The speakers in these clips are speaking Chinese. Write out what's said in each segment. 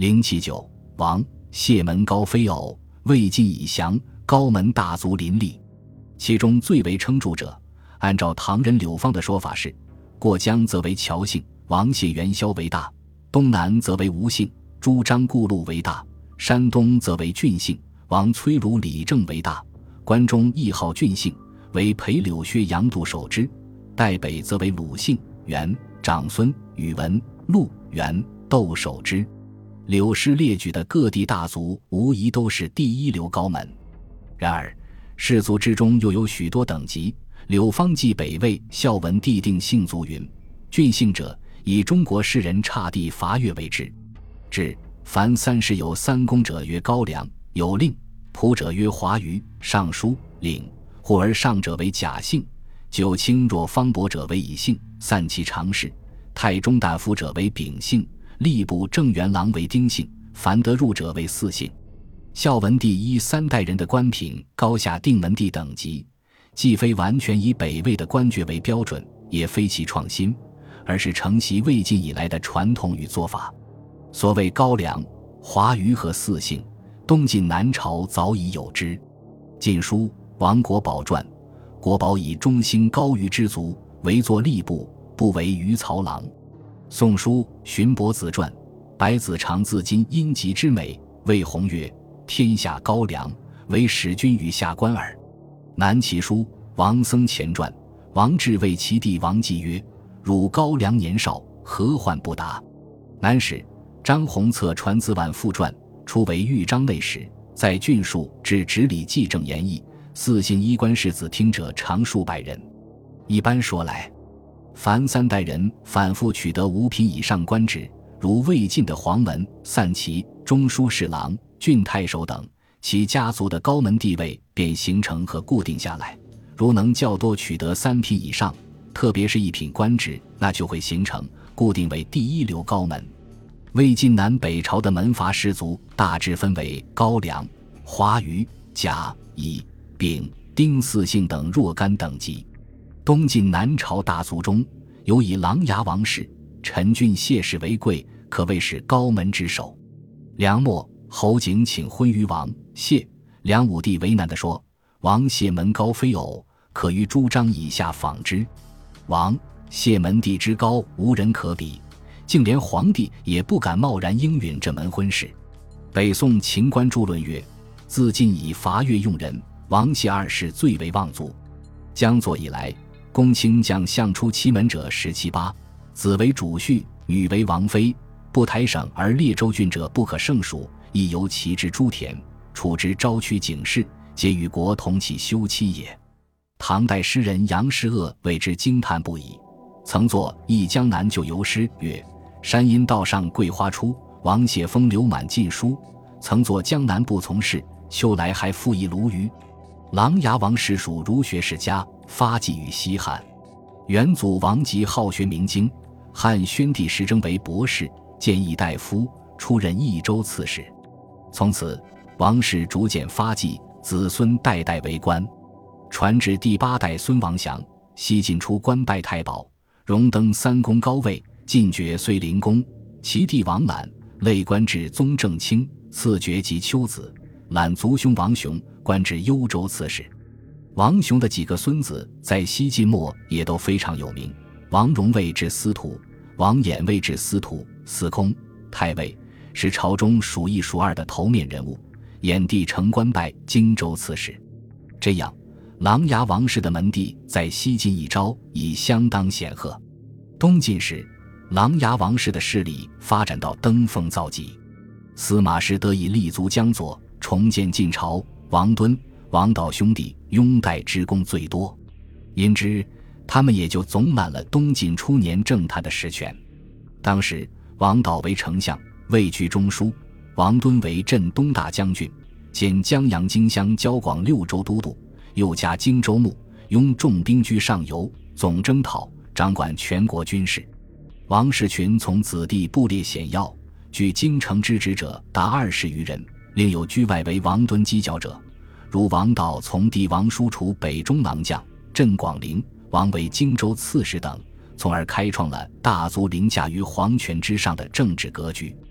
079王谢门高飞偶，魏晋以降，高门大族林立。其中最为称著者，按照唐人柳芳的说法是：过江则为乔姓，王谢元宵为大；东南则为吴姓，朱张顾禄为大；山东则为郡姓，王崔卢李正为大；关中亦号郡姓，为裴柳薛杨杜守之；代北则为鲁姓，元、长孙、宇文、陆、元、窦守之。柳氏列举的各地大族无疑都是第一流高门。然而氏族之中又有许多等级。柳芳记北魏孝文帝定姓族云：郡姓者，以中国士人刹地伐越为之。至凡30有3公者曰高梁，有令；仆者曰华余，尚书、领；或而上者为甲姓；九卿若方伯者为乙姓，散骑常侍；太中大夫者为丙姓；吏部正元郎为丁姓，凡得入者为巳姓。孝文帝依3代人的官品高下定门第等级，既非完全以北魏的官爵为标准，也非其创新，而是承袭魏晋以来的传统与做法。所谓高梁、华余和巳姓，东晋南朝早已有之。晋书《王国宝传》，国宝以中兴高余之族为作吏部，不为余曹郎。宋书《荀伯子传》，白子长自今阴极之美，谓弘曰：天下高梁，为使君与下官耳。南齐书《王僧虔传》，王志谓其弟王继曰：汝高梁年少，何患不达？南史张宏策传子晚父传，初为豫章内史，在郡述至直理记正言义，巳姓衣冠士子听者常数百人。一般说来，凡3代人反复取得5品以上官职，如魏晋的黄门、散骑、中书侍郎、郡太守等，其家族的高门地位便形成和固定下来。如能较多取得3品以上，特别是1品官职，那就会形成固定为第一流高门。魏晋南北朝的门阀士族大致分为高梁、华余、甲、乙、丙、丁巳姓等若干等级。东晋南朝大族中，有以琅琊王氏、陈俊谢氏为贵，可谓是高门之首。梁末侯景请婚于王谢，梁武帝为难地说：王谢门高非偶，可于朱张以下仿之。王谢门第之高，无人可比，竟连皇帝也不敢贸然应允这门婚事。北宋秦观注论曰：自晋以伐越用人，王谢2世最为望族。江左以来，公卿将相出7门者17、8，子为主婿，女为王妃，不台省而列州郡者不可胜数，亦由其之诸田，处之昭曲警示，皆与国同其休戚也。唐代诗人杨士鄂为之惊叹不已，曾作《忆江南旧游诗》曰：山阴道上桂花出，王谢风流满晋书。曾作江南不从事，秋来还复一鲈鱼。琅琊王氏属儒学世家，发迹于西汉。元祖王吉好学明经，汉宣帝时征为博士，建议大夫，出任益州刺史。从此王氏逐渐发迹，子孙代代为官。传至第8代孙王祥，西晋出官拜太保，荣登3公高位，进爵遂灵公。其弟王览累官至宗正卿，赐爵及丘子。览族兄王雄官至幽州刺史。王雄的几个孙子在西晋末也都非常有名，王荣位至司徒，王衍位至司徒、司空、太尉，是朝中数1数2的头面人物。衍帝承官拜荆州刺史。这样琅琊王氏的门第在西晋一朝已相当显赫。东晋时，琅琊王氏的势力发展到登峰造极，司马师得以立足江左，重建晋朝。王敦、王导兄弟拥戴之功最多，因之他们也就总揽了东晋初年政坛的实权。当时王导为丞相，位居中书；王敦为镇东大将军，兼江阳荆襄交广6州都督，又加荆州牧，拥重兵居上游，总征讨，掌管全国军事。王氏群从子弟布列显要，据京城之职者达20余人，另有居外为王敦犄角者，如王导从弟王叔处北中郎将，镇广陵，王为荆州刺史等，从而开创了大族凌驾于皇权之上的政治格局。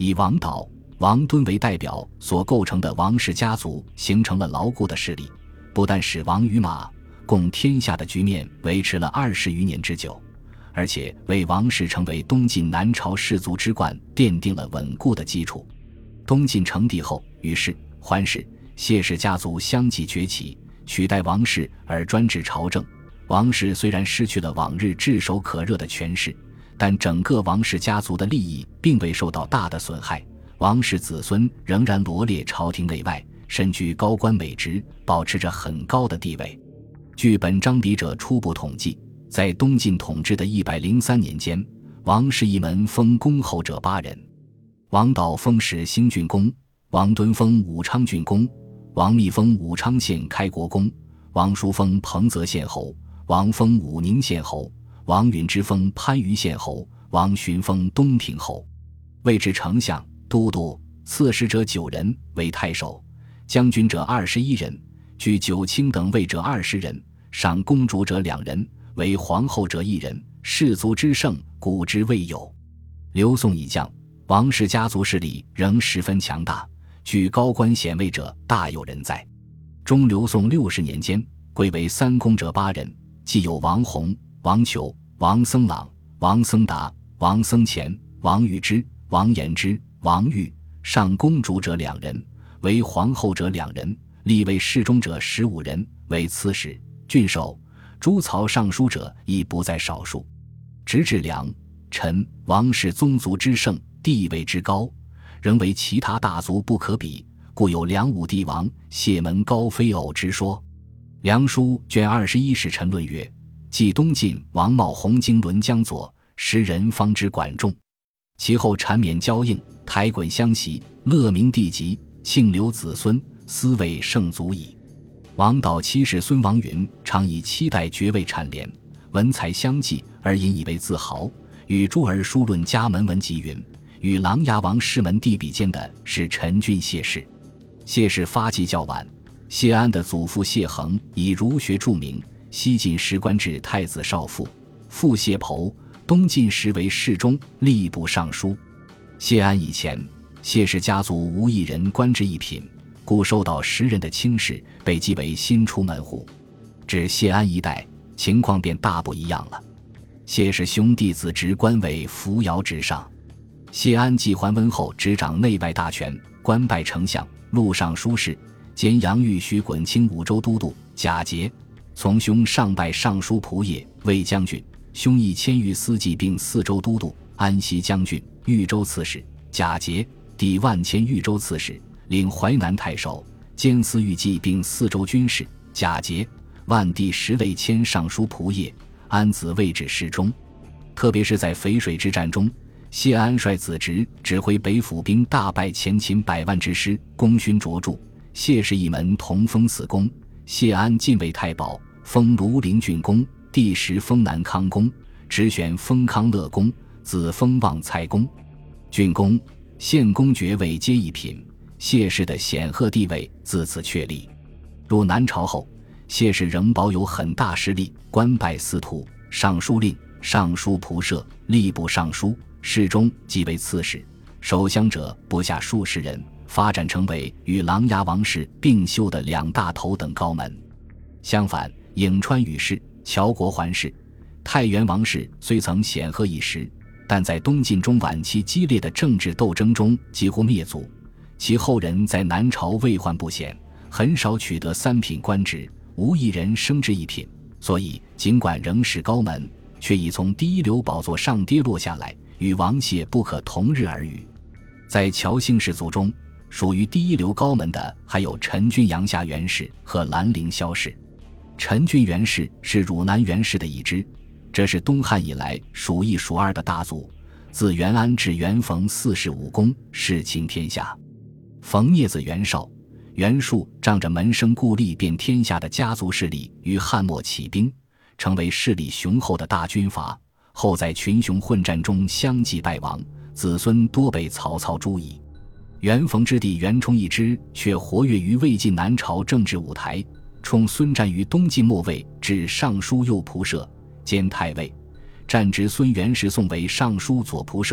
以王导、王敦为代表所构成的王氏家族形成了牢固的势力，不但使王与马共天下的局面维持了20余年之久，而且为王氏成为东晋南朝氏族之冠奠定了稳固的基础。东晋成帝后，于氏、桓氏、谢氏家族相继崛起，取代王氏而专制朝政。王氏虽然失去了往日炙手可热的权势，但整个王氏家族的利益并未受到大的损害。王氏子孙仍然罗列朝廷内外，身居高官美职，保持着很高的地位。据本章笔者初步统计，在东晋统治的103年间，王氏一门封公侯者8人。王导封始兴郡公，王敦封武昌郡公，王密封武昌县开国公，王叔封彭泽县侯，王封武宁县侯，王允之封番禺县侯，王寻封东平侯。位置丞相、都督、刺史者9人，为太守；将军者21人，居九卿等位者20人，上公主者2人，为皇后者1人。士族之盛，古之未有。刘宋以降，王氏家族势力仍十分强大，居高官显位者大有人在。中刘宋60年间，贵为3公者8人，既有王弘、王求、王僧朗、王僧达、王僧虔、王禹之、王延之、王玉，上公主者2人，为皇后者2人，立为侍中者15人，为刺史、郡守、诸曹尚书者亦不在少数。直至梁、陈王氏宗族之盛，地位之高，仍为其他大族不可比，故有梁武帝王谢门高飞偶之说。梁书卷21使陈论曰：继东晋王茂弘经纶江左，时人方知管仲。其后缠绵交应，台滚相袭，乐鸣地极，庆留子孙，斯谓盛足矣。王导七世孙王允常以7代爵位蝉联，文才相继，而引以为自豪。与诸儿书论家门文集云：与琅琊王氏门第比肩的是陈郡谢氏。谢氏发迹较晚，谢安的祖父谢衡以儒学著名，西晋时官至太子少傅，父谢剖，东晋时为侍中、吏部尚书。谢安以前，谢氏家族无一人官至一品，故受到时人的轻视，被记为新出门户。至谢安一代，情况便大不一样了。谢氏兄弟子职官为扶摇直上。谢安继桓温后，执掌内外大权，官拜丞相、录尚书事，兼杨玉徐滚清五州都督。贾节从兄上拜尚书仆射、卫将军，兄亦迁御司祭并4州都督、安西将军、豫州刺史。贾节弟万迁豫州刺史，领淮南太守，兼司御记并4州军事。贾节万弟时位迁尚书仆射，安子位至侍中。特别是在淝水之战中，谢安率子侄指挥北府兵大败前秦100万之师，功勋卓著。谢氏一门同封4公，谢安进位太保，封庐陵郡公，第10封南康公，直选封康乐公，子封旺蔡公。郡公、县公爵位皆一品，谢氏的显赫地位自此确立。入南朝后，谢氏仍保有很大势力，官拜司徒、尚书令、尚书仆射、吏部尚书、侍中，即为刺史。守乡者不下数十人，发展成为与琅琊王氏并修的2大头等高门。相反，颍川宇氏、乔国桓氏、太原王氏虽曾显赫一时，但在东晋中晚期激烈的政治斗争中几乎灭族，其后人在南朝位患不显，很少取得3品官职，无一人升至1品，所以尽管仍是高门，却已从第一流宝座上跌落下来，与王谢不可同日而语。在乔姓氏族中，属于第一流高门的还有陈郡阳夏袁氏和兰陵萧氏。陈郡袁氏是汝南袁氏的一支，这是东汉以来数1数2的大族，自袁安至袁冯45公，世倾天下。冯聂子袁绍、袁术仗着门生故吏遍天下的家族势力，于汉末起兵，成为势力雄厚的大军阀，后在群雄混战中相继败亡，子孙多被曹操诛矣。袁冯之弟袁冲一支却活跃于魏晋南朝政治舞台，冲孙战于东晋末位至尚书右仆射兼太尉，战职孙元时宋为尚书左仆射，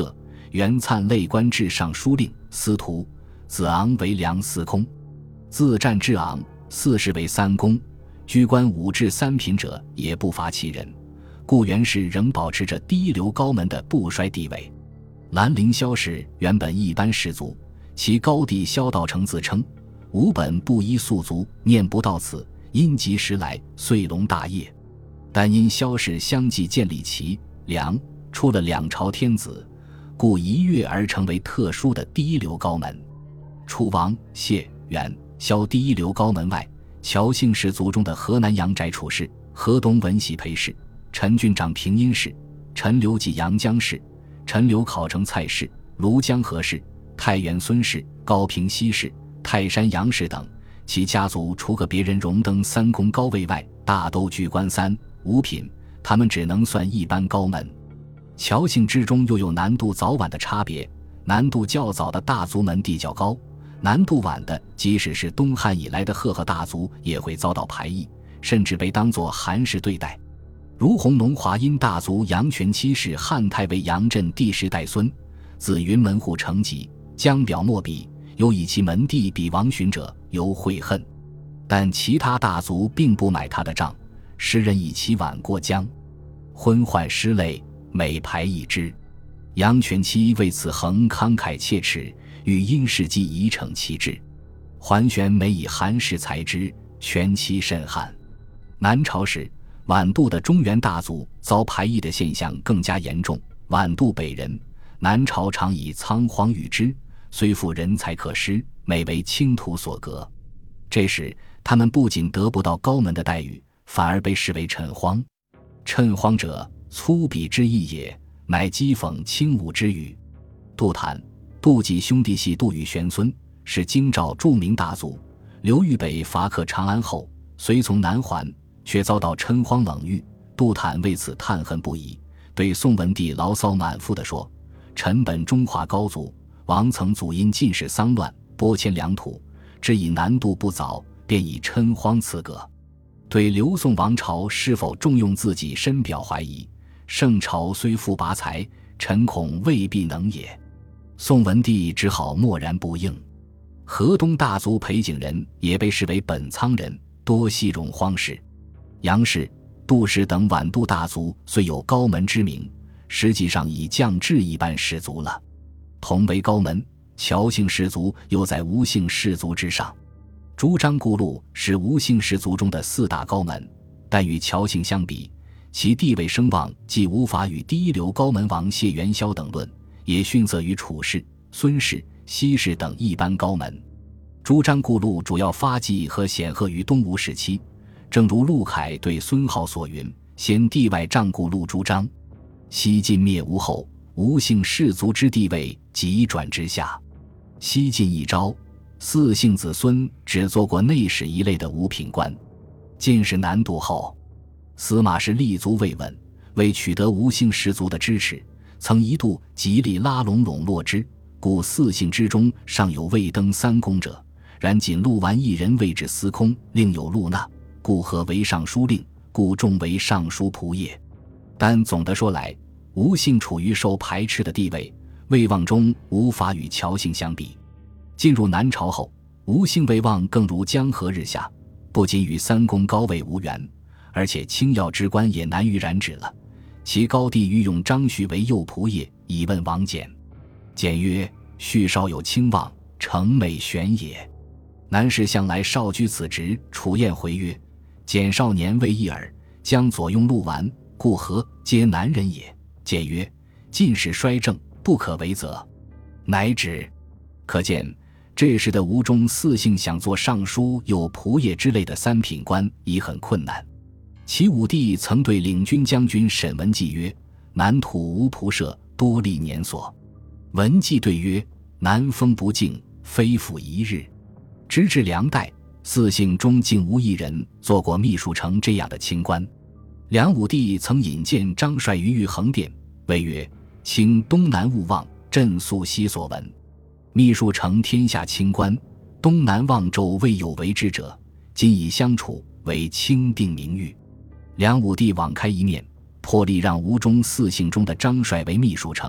元粲累官至尚书令、司徒，子昂为梁司空。自战之昂，四世为三公，居官5至3品者也不乏其人，故元氏仍保持着第一流高门的不衰地位。兰陵萧氏原本一般氏族，其高帝萧道成自称吾本不依宿族，念不到此，因及时来，遂隆大业。但因萧氏相继建立齐、梁，出了2朝天子，故一跃而成为特殊的第一流高门。除王、谢、元、萧第一流高门外，乔姓氏族中的河南阳翟楚氏、河东文喜裴氏、陈郡长平阴氏、陈留济阳江氏、陈留考成蔡氏、庐江河氏、太原孙氏、高平西氏、泰山杨氏等，其家族除个别人荣登3公高位外，大都居官3、5品，他们只能算一般高门。乔姓之中又有南渡早晚的差别，南渡较早的大族门第较高，南渡晚的即使是东汉以来的赫赫大族也会遭到排异，甚至被当作寒士对待。如弘农华阴大族杨权七世汉太尉杨震第10代孙，自云门户成疾，江表莫比，有以其门第比王寻者，尤悔恨。但其他大族并不买他的账，时人以其晚过江，昏宦失类，每排异之。杨权七为此恒慷慨切齿，与殷世纪以惩其志。桓玄每以寒士裁之，权七甚罕。南朝时，晚渡的中原大族遭排异的现象更加严重。晚渡北人，南朝常以仓皇与之，虽复人才可施，每为倾土所隔。这时他们不仅得不到高门的待遇，反而被视为谶荒。谶荒者，粗鄙之意也，乃讥讽轻侮之语。杜坦、杜季兄弟系杜与玄孙，是京兆著名大族。刘豫北伐克长安后，随从南还，却遭到嗔荒冷遇，杜坦为此叹恨不已，对宋文帝牢骚满腹地说：臣本中华高族，王曾祖因进士丧乱，拨迁两土，只以南渡不早，便以嗔荒赐格。对刘宋王朝是否重用自己深表怀疑，圣朝虽富拔才，臣恐未必能也。宋文帝只好默然不应。河东大族裴景人也被视为本苍人，多系戎荒氏。杨氏、杜氏等晚渡大族虽有高门之名，实际上已降至一般士族了。同为高门，乔姓氏族又在吴姓氏族之上。朱张顾禄是吴姓氏族中的4大高门，但与乔姓相比，其地位声望既无法与第一流高门王谢元萧等论，也逊色于楚氏、孙氏、西氏等一般高门。朱张顾禄主要发迹和显赫于东吴时期，正如陆凯对孙浩所云：先地外仗顾禄朱张。西晋灭吴后，吴姓氏族之地位急转直下。西晋一朝，4姓子孙只做过内史一类的5品官。进士南渡后，司马氏立足未稳，为取得吴姓氏族的支持，曾一度极力拉拢笼络之，故4姓之中尚有未登3公者，然仅陆完一人位至司空，另有陆纳、故何为尚书令，故重为尚书仆射。但总的说来，吴姓处于受排斥的地位，魏望中无法与乔姓相比。进入南朝后，吴姓魏望更如江河日下，不仅与3公高位无缘，而且轻要之官也难于染指了。其高帝欲用张旭为右仆射，以问王简。简曰：旭少有轻望，诚美玄也。南氏向来少居此职。楚燕回曰：简少年未易耳，将左用陆完，故何皆男人也。简曰：进士衰政，不可为责。乃止。可见这时的吴中4姓想做尚书有仆射之类的3品官已很困难。齐武帝曾对领军将军沈文季曰：南土无仆射，多历年所。文季对曰：南风不静，非复一日。直至梁代，4姓中竟无一人做过秘书丞这样的清官。梁武帝曾引荐张帅于玉衡殿，谓曰：卿东南勿忘，朕素悉所闻。秘书丞天下清官，东南望纣未有为之者，今以相处，为卿定名誉。梁武帝网开一面，破例让吴中4姓中的张帅为秘书丞，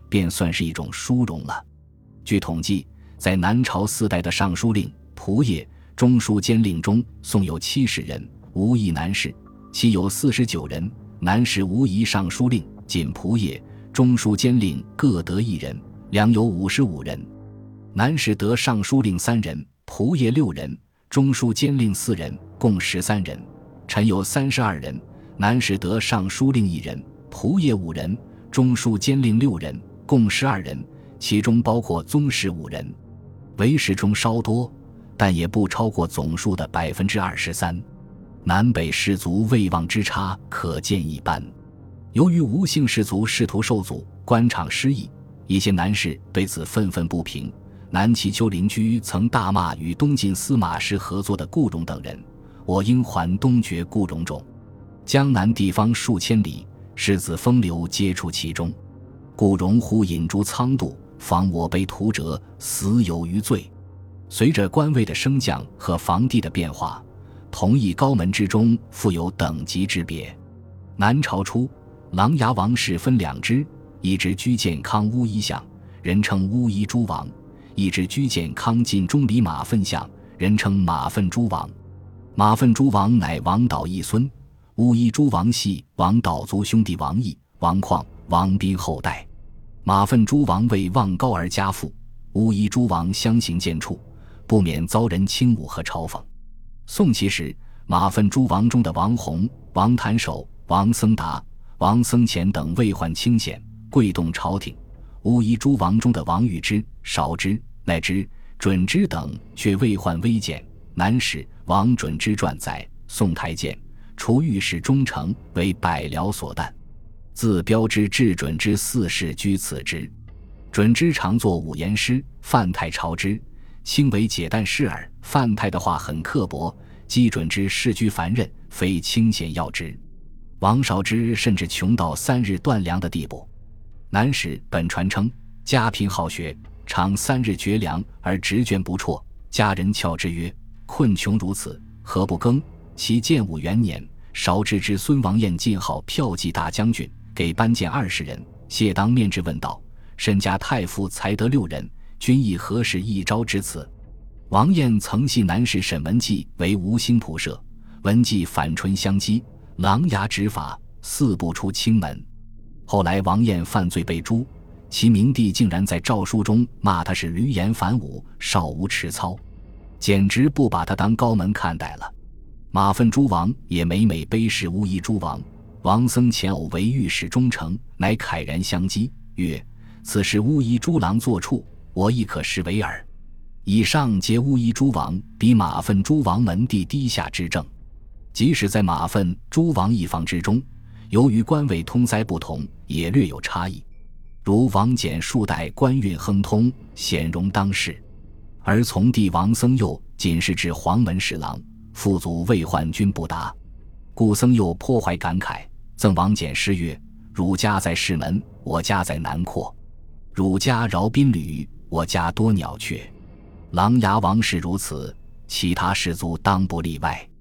便算是一种殊荣了。据统计，在南朝4代的尚书令、仆射、中书监令中，宋有70人，无一男士；其有49人，男士无一尚书令、仅仆射、中书监令各得1人，良有55人。男士得尚书令3人，仆射6人，中书监令4人，共13人。臣有32人，男士得尚书令1人，仆射5人，中书监令6人，共12人，其中包括宗室5人。为士中稍多，但也不超过总数的 23%。 南北士族位望之差可见一斑。由于吴姓士族试图受阻，官场失意，一些南士对此愤愤不平。南齐丘陵居曾大骂与东晋司马师合作的顾荣等人：“我应还东爵顾荣种。”江南地方数千里，士子风流皆处其中。顾荣忽引诸仓度，防我被屠折，死有余罪。随着官位的升降和房地的变化，同一高门之中复有等级之别。南朝初，琅琊王氏分2支，一支居建康乌衣巷，人称乌衣诸王；一支居建康晋中里马粪巷，人称马粪诸王。马粪诸王乃王导一孙，乌衣诸王系王导族兄弟王毅、王旷、王斌后代。马粪诸王为望高而家富，乌衣诸王相形见绌，不免遭人轻侮和嘲讽。宋齐时，马粪诸王中的王弘、王谭守、王僧达、王僧虔等位患清显，贵动朝廷；乌衣诸王中的王豫之、韶之、乃之、准之等却位患微减。南史王准之传载，宋太监除御史中丞为百僚所惮，自标之至准之4世居此之。准之常作五言诗，范太朝之，轻为解旦诗耳。范太的话很刻薄，讥准之世居凡任，非清闲要之。王韶之甚至穷到3日断粮的地步。南史本传称，家贫好学，常3日绝粮而直卷不辍。家人诮之曰：“困穷如此，何不耕？”其建武元年，韶之之孙王彦进号骠骑大将军，给班见20人。谢当面质问道：“身家太傅才得6人，君意何时一朝之此？”王彦曾系南史沈文季为吴兴仆射，文季反唇相讥，琅琊执法，4不出清门。后来王彦犯罪被诛，其明帝竟然在诏书中骂他是闾阎反武，少无持操，简直不把他当高门看待了。马粪诸王也每每卑视乌衣诸王，王僧虔偶为御史中丞，乃慨然相讥曰：“此时乌衣诸郎作处，我亦可视为耳。”以上皆乌衣诸王比马粪诸王门第低下之证。即使在马粪诸王一方之中，由于官位通塞不同，也略有差异。如王翦数代官运亨通，显荣当世，而从弟王僧佑仅是至黄门侍郎，父祖未患均不达，故僧佑颇怀感慨，赠王翦诗曰：“汝家在士门，我家在南廓；汝家饶宾旅，我家多鸟雀。琅琊王氏如此，其他士族当不例外。”